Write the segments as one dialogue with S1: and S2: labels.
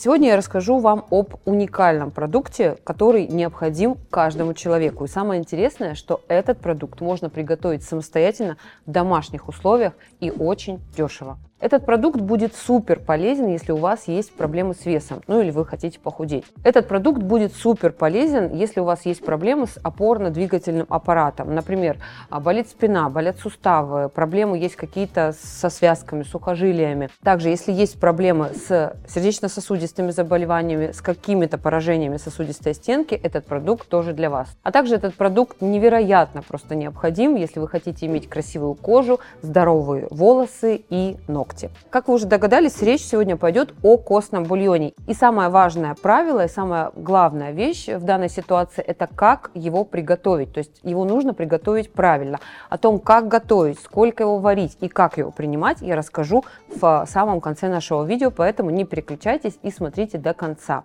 S1: Сегодня я расскажу вам об уникальном продукте, который необходим каждому человеку. И самое интересное, что этот продукт можно приготовить самостоятельно в домашних условиях и очень дешево. Этот продукт будет супер полезен, если у вас есть проблемы с весом, ну или вы хотите похудеть. Этот продукт будет супер полезен, если у вас есть проблемы с опорно-двигательным аппаратом. Например, болит спина, болят суставы, проблемы есть какие-то со связками, сухожилиями. Также, если есть проблемы с сердечно-сосудистыми заболеваниями, с какими-то поражениями сосудистой стенки, этот продукт тоже для вас. А также этот продукт невероятно просто необходим, если вы хотите иметь красивую кожу, здоровые волосы и ногти. Как вы уже догадались, речь сегодня пойдет о костном бульоне. И самое важное правило, и самая главная вещь в данной ситуации – это как его приготовить. То есть его нужно приготовить правильно. О том, как готовить, сколько его варить и как его принимать, я расскажу в самом конце нашего видео, поэтому не переключайтесь и смотрите до конца.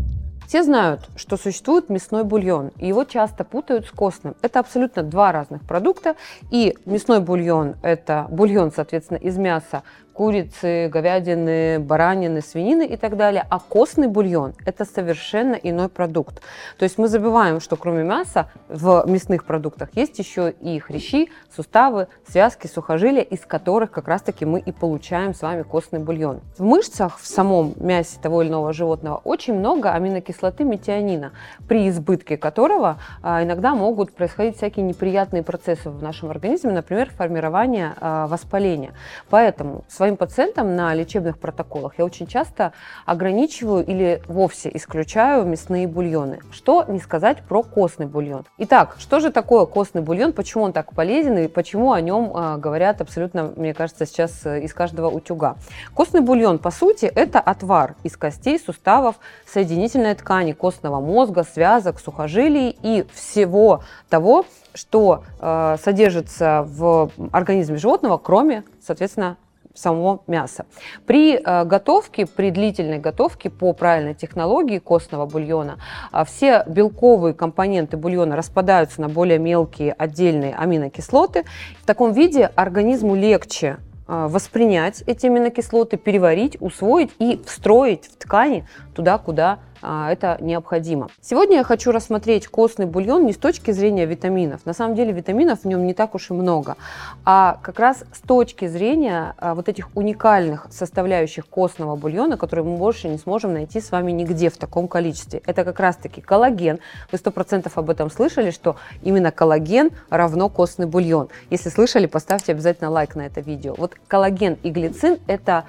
S1: Все знают, что существует мясной бульон, и его часто путают с костным. Это абсолютно два разных продукта, и мясной бульон – это бульон, соответственно, из мяса курицы, говядины, баранины, свинины и так далее, а костный бульон – это совершенно иной продукт. То есть мы забываем, что кроме мяса в мясных продуктах есть еще и хрящи, суставы, связки, сухожилия, из которых как раз-таки мы и получаем с вами костный бульон. В мышцах, в самом мясе того или иного животного очень много аминокислоты метионина, при избытке которого иногда могут происходить всякие неприятные процессы в нашем организме, например, формирование воспаления. Поэтому своим пациентам на лечебных протоколах я очень часто ограничиваю или вовсе исключаю мясные бульоны. Что не сказать про костный бульон. Итак, что же такое костный бульон, почему он так полезен и почему о нем говорят абсолютно, мне кажется, сейчас из каждого утюга. Костный бульон, по сути, это отвар из костей, суставов, соединительной ткани, костного мозга, связок, сухожилий и всего того, что содержится в организме животного, кроме, соответственно, самого мяса. При готовке, при длительной готовке по правильной технологии костного бульона все белковые компоненты бульона распадаются на более мелкие отдельные аминокислоты. В таком виде организму легче воспринять эти аминокислоты, переварить, усвоить и встроить в ткани туда, куда это необходимо. Сегодня я хочу рассмотреть костный бульон не с точки зрения витаминов. На самом деле витаминов в нем не так уж и много, а как раз с точки зрения вот этих уникальных составляющих костного бульона, которые мы больше не сможем найти с вами нигде в таком количестве. Это как раз-таки коллаген. Вы 100% об этом слышали, что именно коллаген равно костный бульон. Если слышали, поставьте обязательно лайк на это видео. Вот коллаген и глицин – это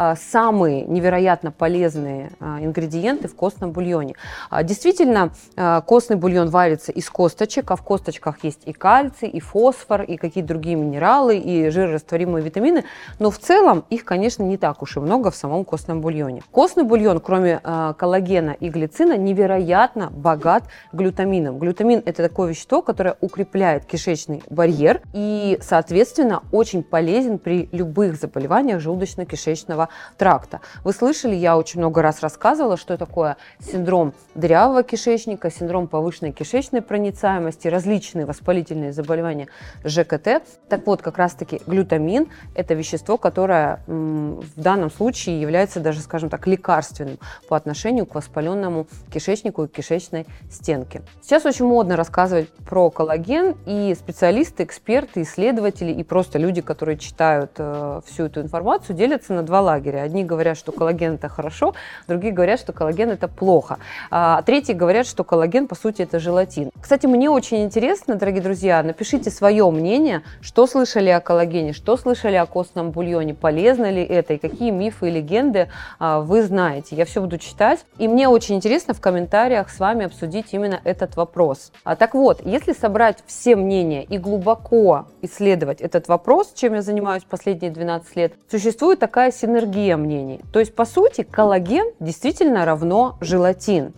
S1: самые невероятно полезные ингредиенты в костном бульоне. Действительно, костный бульон варится из косточек, а в косточках есть и кальций, и фосфор, и какие-то другие минералы, и жирорастворимые витамины, но в целом их, конечно, не так уж и много в самом костном бульоне. Костный бульон, кроме коллагена и глицина, невероятно богат глютамином. Глютамин – это такое вещество, которое укрепляет кишечный барьер и, соответственно, очень полезен при любых заболеваниях желудочно-кишечного тракта. Вы слышали, я очень много раз рассказывала, что такое синдром дырявого кишечника, синдром повышенной кишечной проницаемости, различные воспалительные заболевания ЖКТ. Так вот, как раз-таки глютамин – это вещество, которое в данном случае является даже, скажем так, лекарственным по отношению к воспаленному кишечнику и кишечной стенке. Сейчас очень модно рассказывать про коллаген, и специалисты, эксперты, исследователи и просто люди, которые читают всю эту информацию, делятся на два лагеря. Одни говорят, что коллаген – это хорошо, другие говорят, что коллаген – это плохо. А третьи говорят, что коллаген, по сути, это желатин. Кстати, мне очень интересно, дорогие друзья, напишите свое мнение, что слышали о коллагене, что слышали о костном бульоне, полезно ли это, и какие мифы и легенды вы знаете. Я все буду читать, и мне очень интересно в комментариях с вами обсудить именно этот вопрос. Так вот, если собрать все мнения и глубоко исследовать этот вопрос, чем я занимаюсь последние 12 лет, существует такая синергия мнений. То есть, по сути, коллаген действительно равно желатин.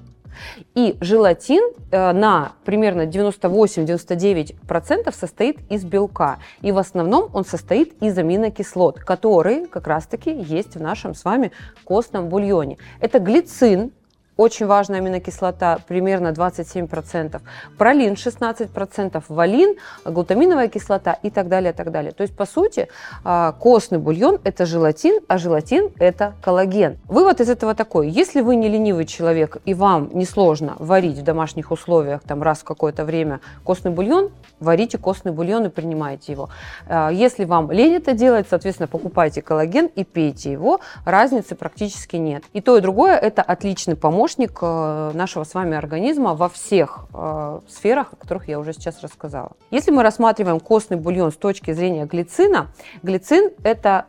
S1: И желатин на примерно 98-99% состоит из белка. И в основном он состоит из аминокислот, которые как раз-таки есть в нашем с вами костном бульоне. Это глицин, очень важная аминокислота, примерно 27%, пролин 16%, валин, глутаминовая кислота и так далее, и так далее. То есть, по сути, костный бульон – это желатин, а желатин – это коллаген. Вывод из этого такой: если вы не ленивый человек и вам несложно варить в домашних условиях там, раз в какое-то время костный бульон, варите костный бульон и принимайте его. Если вам лень это делать, соответственно, покупайте коллаген и пейте его. Разницы практически нет. И то, и другое – это отличный помощник нашего с вами организма во всех сферах, о которых я уже сейчас рассказала. Если мы рассматриваем костный бульон с точки зрения глицина, глицин – это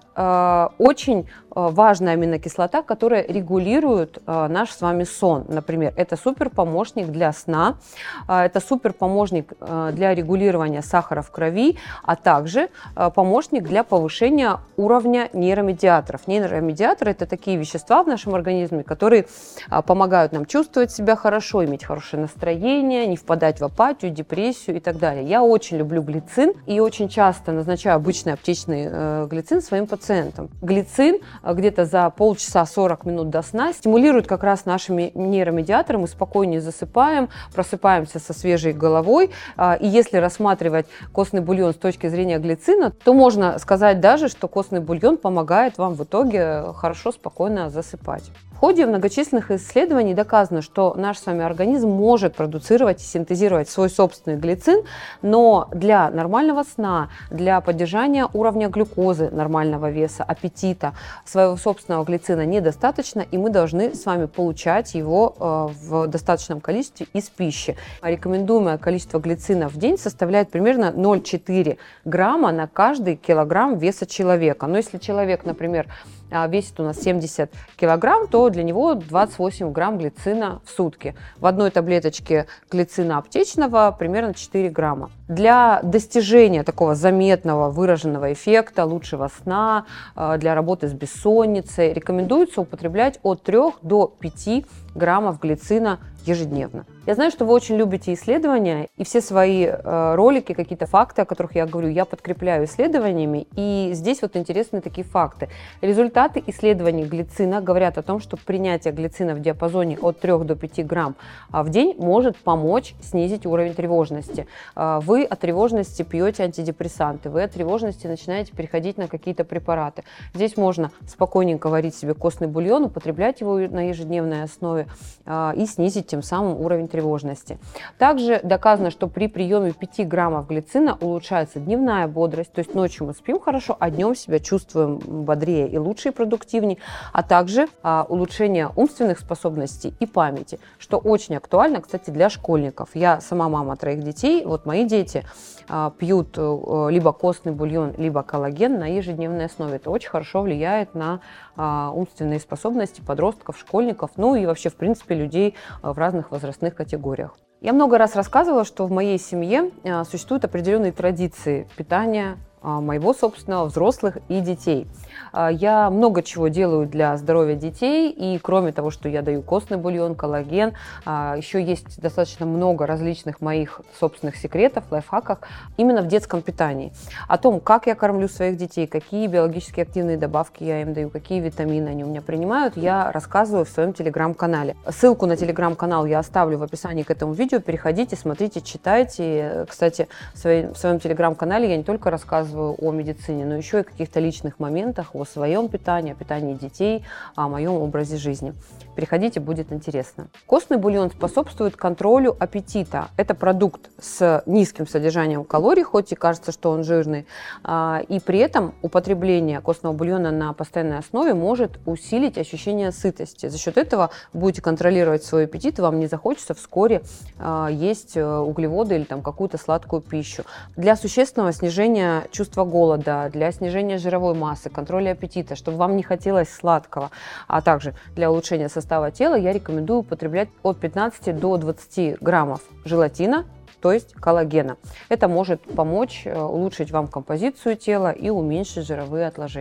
S1: очень важная аминокислота, которая регулирует наш с вами сон. Например, это супер помощник для сна, это супер помощник для регулирования сахара в крови, а также помощник для повышения уровня нейромедиаторов. Нейромедиаторы – это такие вещества в нашем организме, которые помогают нам чувствовать себя хорошо, иметь хорошее настроение, не впадать в апатию, депрессию и так далее. Я очень люблю глицин и очень часто назначаю обычный аптечный глицин своим пациентам. Глицин где-то за полчаса 40 минут до сна стимулирует как раз нашими нейромедиаторы, мы спокойнее засыпаем, просыпаемся со свежей головой. И если рассматривать костный бульон с точки зрения глицина, то можно сказать даже, что костный бульон помогает вам в итоге хорошо, спокойно засыпать. В ходе многочисленных исследований доказано, что наш с вами организм может продуцировать и синтезировать свой собственный глицин, но для нормального сна, для поддержания уровня глюкозы, нормального веса, аппетита, своего собственного глицина недостаточно, и мы должны с вами получать его в достаточном количестве из пищи. Рекомендуемое количество глицина в день составляет примерно 0,4 грамма на каждый килограмм веса человека. Но если человек, например, весит у нас 70 килограмм, то для него 28 грамм глицина в сутки. В одной таблеточке глицина аптечного примерно 4 грамма. Для достижения такого заметного выраженного эффекта, лучшего сна, для работы с бессонницей рекомендуется употреблять от 3 до 5 граммов глицина ежедневно. Я знаю, что вы очень любите исследования, и все свои ролики, какие-то факты, о которых я говорю, я подкрепляю исследованиями. И здесь вот интересные такие факты. Результаты исследований глицина говорят о том, что принятие глицина в диапазоне от 3 до 5 грамм в день может помочь снизить уровень тревожности. Вы от тревожности пьете антидепрессанты, вы от тревожности начинаете переходить на какие-то препараты. Здесь можно спокойненько варить себе костный бульон, употреблять его на ежедневной основе и снизить тем самым уровень тревожности. Также доказано, что при приеме 5 граммов глицина улучшается дневная бодрость, то есть ночью мы спим хорошо, а днем себя чувствуем бодрее и лучше и продуктивнее, а также улучшение умственных способностей и памяти, что очень актуально, кстати, для школьников. Я сама мама 3 детей, вот мои дети пьют либо костный бульон, либо коллаген на ежедневной основе. Это очень хорошо влияет на умственные способности подростков, школьников, ну и вообще, в принципе, людей в разных возрастных категориях. Я много раз рассказывала, что в моей семье существуют определенные традиции питания моего собственного, взрослых и детей. Я много чего делаю для здоровья детей, и кроме того, что я даю костный бульон, коллаген, еще есть достаточно много различных моих собственных секретов, лайфхаков именно в детском питании. О том, как я кормлю своих детей, какие биологически активные добавки я им даю, какие витамины они у меня принимают, я рассказываю в своем телеграм-канале. Ссылку на телеграм-канал я оставлю в описании к этому видео. Переходите, смотрите, читайте. Кстати, в своем телеграм-канале я не только рассказываю о медицине, но еще и каких-то личных моментах, о своем питании, о питании детей, о моем образе жизни. Переходите, будет интересно. Костный бульон способствует контролю аппетита. Это продукт с низким содержанием калорий, хоть и кажется, что он жирный, и при этом употребление костного бульона на постоянной основе может усилить ощущение сытости. За счет этого вы будете контролировать свой аппетит, и вам не захочется вскоре есть углеводы или там какую-то сладкую пищу. Для существенного снижения чувства голода, для снижения жировой массы, контроля аппетита, чтобы вам не хотелось сладкого, а также для улучшения состава тела, я рекомендую употреблять от 15 до 20 граммов желатина, то есть коллагена. Это может помочь улучшить вам композицию тела и уменьшить жировые отложения.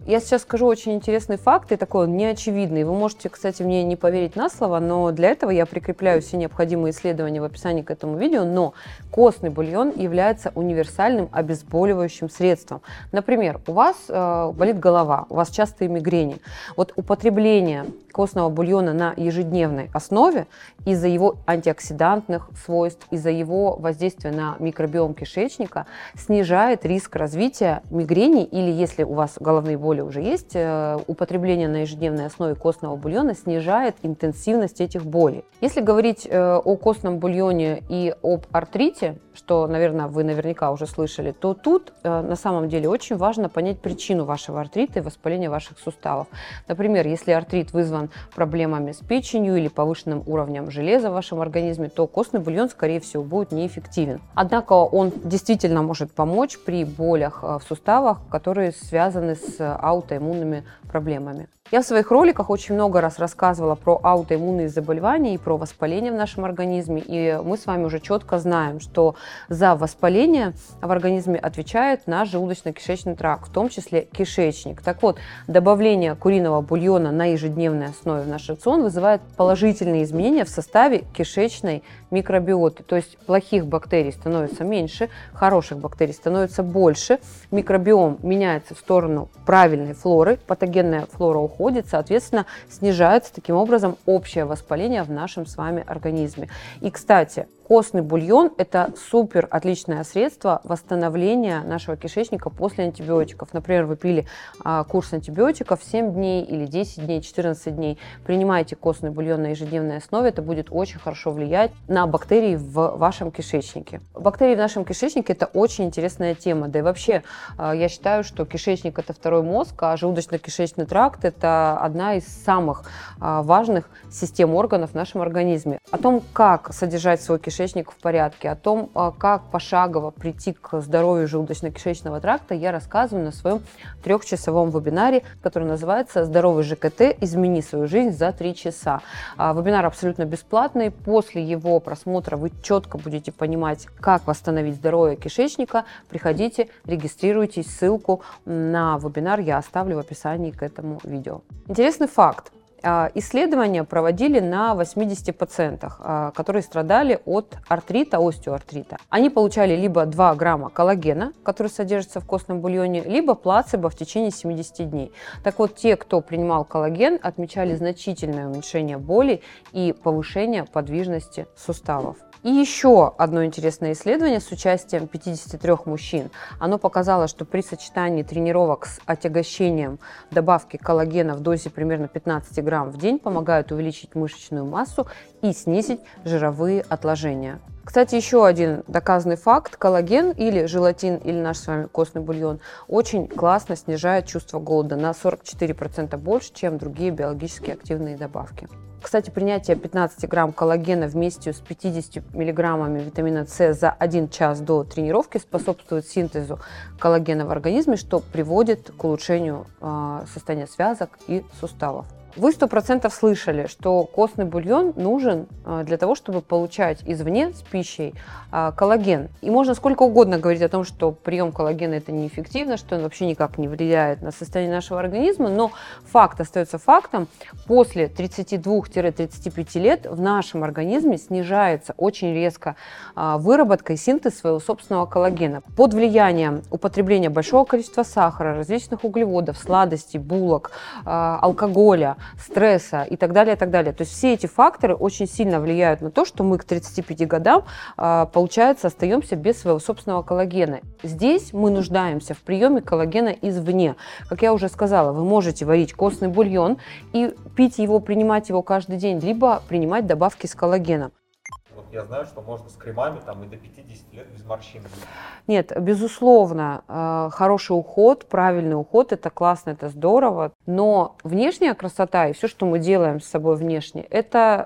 S1: Я сейчас скажу очень интересный факт, и такой он неочевидный. Вы можете, кстати, мне не поверить на слово, но для этого я прикрепляю все необходимые исследования в описании к этому видео. Но костный бульон является универсальным обезболивающим средством. Например, у вас болит голова, у вас частые мигрени. Вот употребление костного бульона на ежедневной основе из-за его антиоксидантных свойств, из-за его воздействия на микробиом кишечника снижает риск развития мигрени, или если у вас головные боли уже есть, употребление на ежедневной основе костного бульона снижает интенсивность этих болей. Если говорить о костном бульоне и об артрите, что, наверное, вы наверняка уже слышали, то тут на самом деле очень важно понять причину вашего артрита и воспаления ваших суставов. Например, если артрит вызван проблемами с печенью или повышенным уровнем железа в вашем организме, то костный бульон, скорее всего, будет неэффективен. Однако он действительно может помочь при болях в суставах, которые связаны с аутоиммунными проблемами. Я в своих роликах очень много раз рассказывала про аутоиммунные заболевания и про воспаление в нашем организме, и мы с вами уже четко знаем, что за воспаление в организме отвечает наш желудочно-кишечный тракт, в том числе кишечник. Так вот, добавление куриного бульона на ежедневной основе в наш рацион вызывает положительные изменения в составе кишечной микробиоты, то есть плохих бактерий становится меньше, хороших бактерий становится больше, микробиом меняется в сторону правильной флоры, патогенная флора уходит, соответственно, снижается таким образом общее воспаление в нашем с вами организме. И, кстати, костный бульон – это супер отличное средство восстановления нашего кишечника после антибиотиков. Например, вы пили курс антибиотиков 7 дней или 10 дней, 14 дней. Принимайте костный бульон на ежедневной основе, это будет очень хорошо влиять на бактерии в вашем кишечнике. Бактерии в нашем кишечнике – это очень интересная тема. Да и вообще, я считаю, что кишечник – это второй мозг, а желудочно-кишечный тракт – это одна из самых важных систем органов в нашем организме. О том, как содержать свой кишечник в порядке, о том, как пошагово прийти к здоровью желудочно-кишечного тракта, я рассказываю на своем 3-часовом вебинаре, который называется «Здоровый ЖКТ. Измени свою жизнь за 3 часа». Вебинар абсолютно бесплатный. После его просмотра вы четко будете понимать, как восстановить здоровье кишечника. Приходите, регистрируйтесь. Ссылку на вебинар я оставлю в описании к этому видео. Интересный факт. Исследования проводили на 80 пациентах, которые страдали от артрита, остеоартрита. Они получали либо 2 грамма коллагена, который содержится в костном бульоне, либо плацебо в течение 70 дней. Так вот, те, кто принимал коллаген, отмечали значительное уменьшение боли и повышение подвижности суставов. И еще одно интересное исследование с участием 53 мужчин. Оно показало, что при сочетании тренировок с отягощением добавки коллагена в дозе примерно 15 грамм в день помогают увеличить мышечную массу и снизить жировые отложения. Кстати, еще один доказанный факт. Коллаген или желатин, или наш с вами костный бульон очень классно снижает чувство голода на 44% больше, чем другие биологически активные добавки. Кстати, принятие 15 грамм коллагена вместе с 50 миллиграммами витамина С за 1 час до тренировки способствует синтезу коллагена в организме, что приводит к улучшению состояния связок и суставов. Вы 100% слышали, что костный бульон нужен для того, чтобы получать извне с пищей коллаген. И можно сколько угодно говорить о том, что прием коллагена это неэффективно, что он вообще никак не влияет на состояние нашего организма, но факт остается фактом. После 32-35 лет в нашем организме снижается очень резко выработка и синтез своего собственного коллагена. Под влиянием употребления большого количества сахара, различных углеводов, сладостей, булок, алкоголя, стресса и так далее, и так далее. То есть все эти факторы очень сильно влияют на то, что мы к 35 годам, получается, остаемся без своего собственного коллагена. Здесь мы нуждаемся в приеме коллагена извне. Как я уже сказала, вы можете варить костный бульон и пить его, принимать его каждый день, либо принимать добавки с коллагеном.
S2: Я знаю, что можно с кремами там и до 50 лет без морщин.
S1: Нет, безусловно, хороший уход, правильный уход, это классно, это здорово, но внешняя красота и все, что мы делаем с собой внешне, это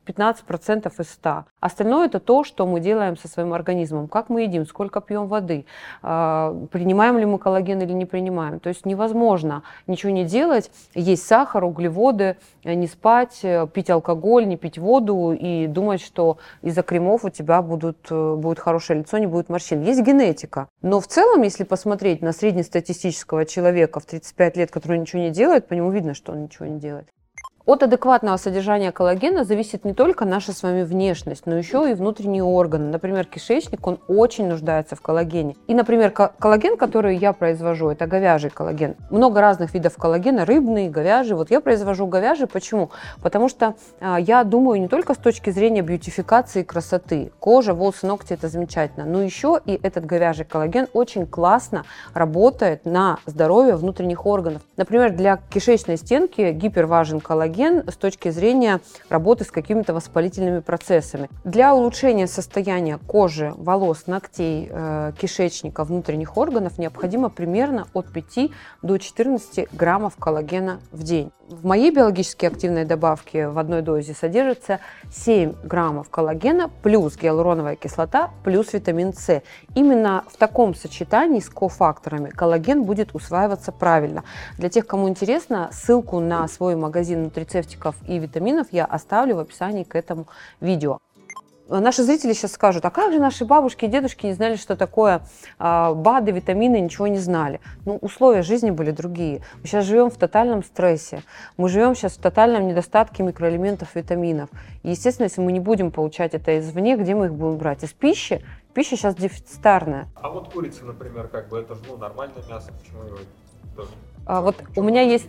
S1: 15% из 100. Остальное это то, что мы делаем со своим организмом. Как мы едим, сколько пьем воды, принимаем ли мы коллаген или не принимаем. То есть невозможно ничего не делать, есть сахар, углеводы, не спать, пить алкоголь, не пить воду и думать, что из-за кремов у тебя будет хорошее лицо, не будет морщин. Есть генетика. Но в целом, если посмотреть на среднестатистического человека в 35 лет, который ничего не делает, по нему видно, что он ничего не делает. От адекватного содержания коллагена зависит не только наша с вами внешность, но еще и внутренние органы. Например, кишечник, он очень нуждается в коллагене. И, например, коллаген, который я произвожу, это говяжий коллаген. Много разных видов коллагена, рыбный, говяжий. Вот я произвожу говяжий. Почему? Потому что я думаю не только с точки зрения бьютификации и красоты. Кожа, волосы, ногти – это замечательно. Но еще и этот говяжий коллаген очень классно работает на здоровье внутренних органов. Например, для кишечной стенки гиперважен коллаген с точки зрения работы с какими-то воспалительными процессами. Для улучшения состояния кожи, волос, ногтей, кишечника, внутренних органов необходимо примерно от 5 до 14 граммов коллагена в день. В моей биологически активной добавке в одной дозе содержится 7 граммов коллагена плюс гиалуроновая кислота плюс витамин С. Именно в таком сочетании с кофакторами коллаген будет усваиваться правильно. Для тех, кому интересно, ссылку на свой магазин нутрицептиков и витаминов я оставлю в описании к этому видео. Наши зрители сейчас скажут, а как же наши бабушки и дедушки не знали, что такое БАДы, витамины, ничего не знали. Ну, условия жизни были другие. Мы сейчас живем в тотальном стрессе, мы живем сейчас в тотальном недостатке микроэлементов, витаминов. И, естественно, если мы не будем получать это извне, где мы их будем брать? Из пищи? Пища сейчас дефицитарная.
S2: А вот курица, например, это же нормальное мясо, почему его тоже?
S1: Вот у меня есть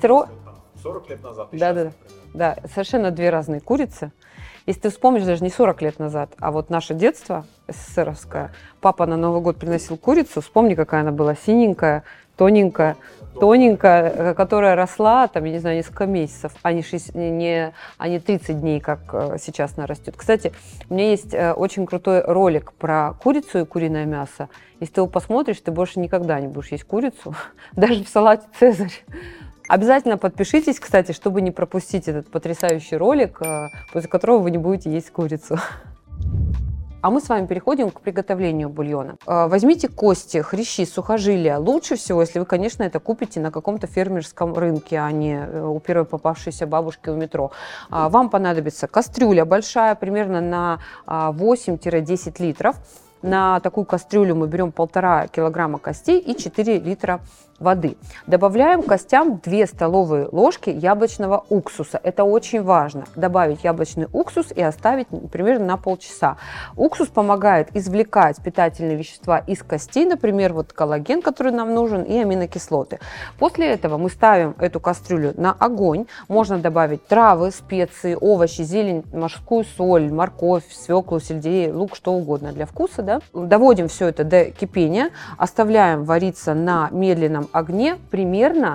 S2: 40 лет назад и сейчас,
S1: да, совершенно две разные курицы. Если ты вспомнишь, даже не 40 лет назад, а вот наше детство СССРовское, папа на Новый год приносил курицу, вспомни, какая она была, синенькая, тоненькая, которая росла, там, я не знаю, несколько месяцев, а не 30 дней, как сейчас она растет. Кстати, у меня есть очень крутой ролик про курицу и куриное мясо. Если ты его посмотришь, ты больше никогда не будешь есть курицу, даже в салате «Цезарь». Обязательно подпишитесь, кстати, чтобы не пропустить этот потрясающий ролик, после которого вы не будете есть курицу. А мы с вами переходим к приготовлению бульона. Возьмите кости, хрящи, сухожилия. Лучше всего, если вы, конечно, это купите на каком-то фермерском рынке, а не у первой попавшейся бабушки у метро. Вам понадобится кастрюля большая, примерно на 8-10 литров. На такую кастрюлю мы берем 1,5 килограмма костей и 4 литра воды. Добавляем к костям 2 столовые ложки яблочного уксуса. Это очень важно. Добавить яблочный уксус и оставить примерно на полчаса. Уксус помогает извлекать питательные вещества из костей, например, вот коллаген, который нам нужен, и аминокислоты. После этого мы ставим эту кастрюлю на огонь. Можно добавить травы, специи, овощи, зелень, морскую соль, морковь, свеклу, сельдерей, лук, что угодно для вкуса. Да? Доводим все это до кипения, оставляем вариться на медленном огне примерно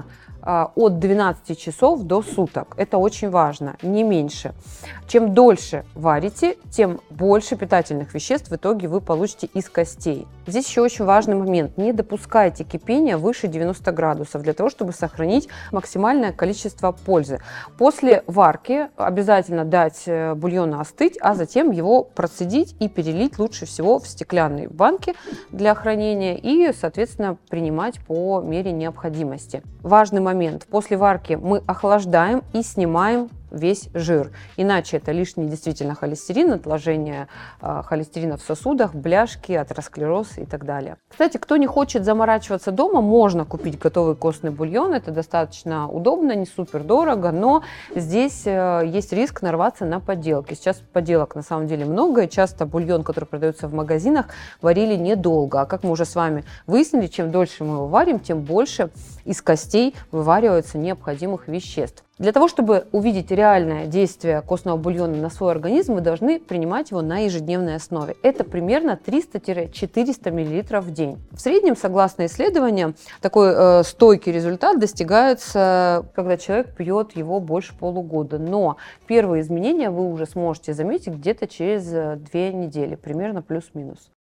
S1: от 12 часов до суток. Это очень важно, не меньше. Чем дольше варите, тем больше питательных веществ в итоге вы получите из костей. Здесь еще очень важный момент. Не допускайте кипения выше 90 градусов для того, чтобы сохранить максимальное количество пользы. После варки обязательно дать бульону остыть, а затем его процедить и перелить лучше всего в стеклянные банки для хранения и, соответственно, принимать по мере необходимости. Важный момент. После варки мы охлаждаем и снимаем весь жир. Иначе это лишний действительно холестерин, отложение холестерина в сосудах, бляшки, атеросклероз и так далее. Кстати, кто не хочет заморачиваться дома, можно купить готовый костный бульон. Это достаточно удобно, не супер дорого, но здесь есть риск нарваться на подделки. Сейчас подделок на самом деле много, и часто бульон, который продается в магазинах, варили недолго. А как мы уже с вами выяснили, чем дольше мы его варим, тем больше из костей вываривается необходимых веществ. Для того, чтобы увидеть реальное действие костного бульона на свой организм, вы должны принимать его на ежедневной основе. Это примерно 300-400 мл в день. В среднем, согласно исследованиям, такой стойкий результат достигается, когда человек пьет его больше полугода. Но первые изменения вы уже сможете заметить где-то через 2 недели, примерно плюс-минус.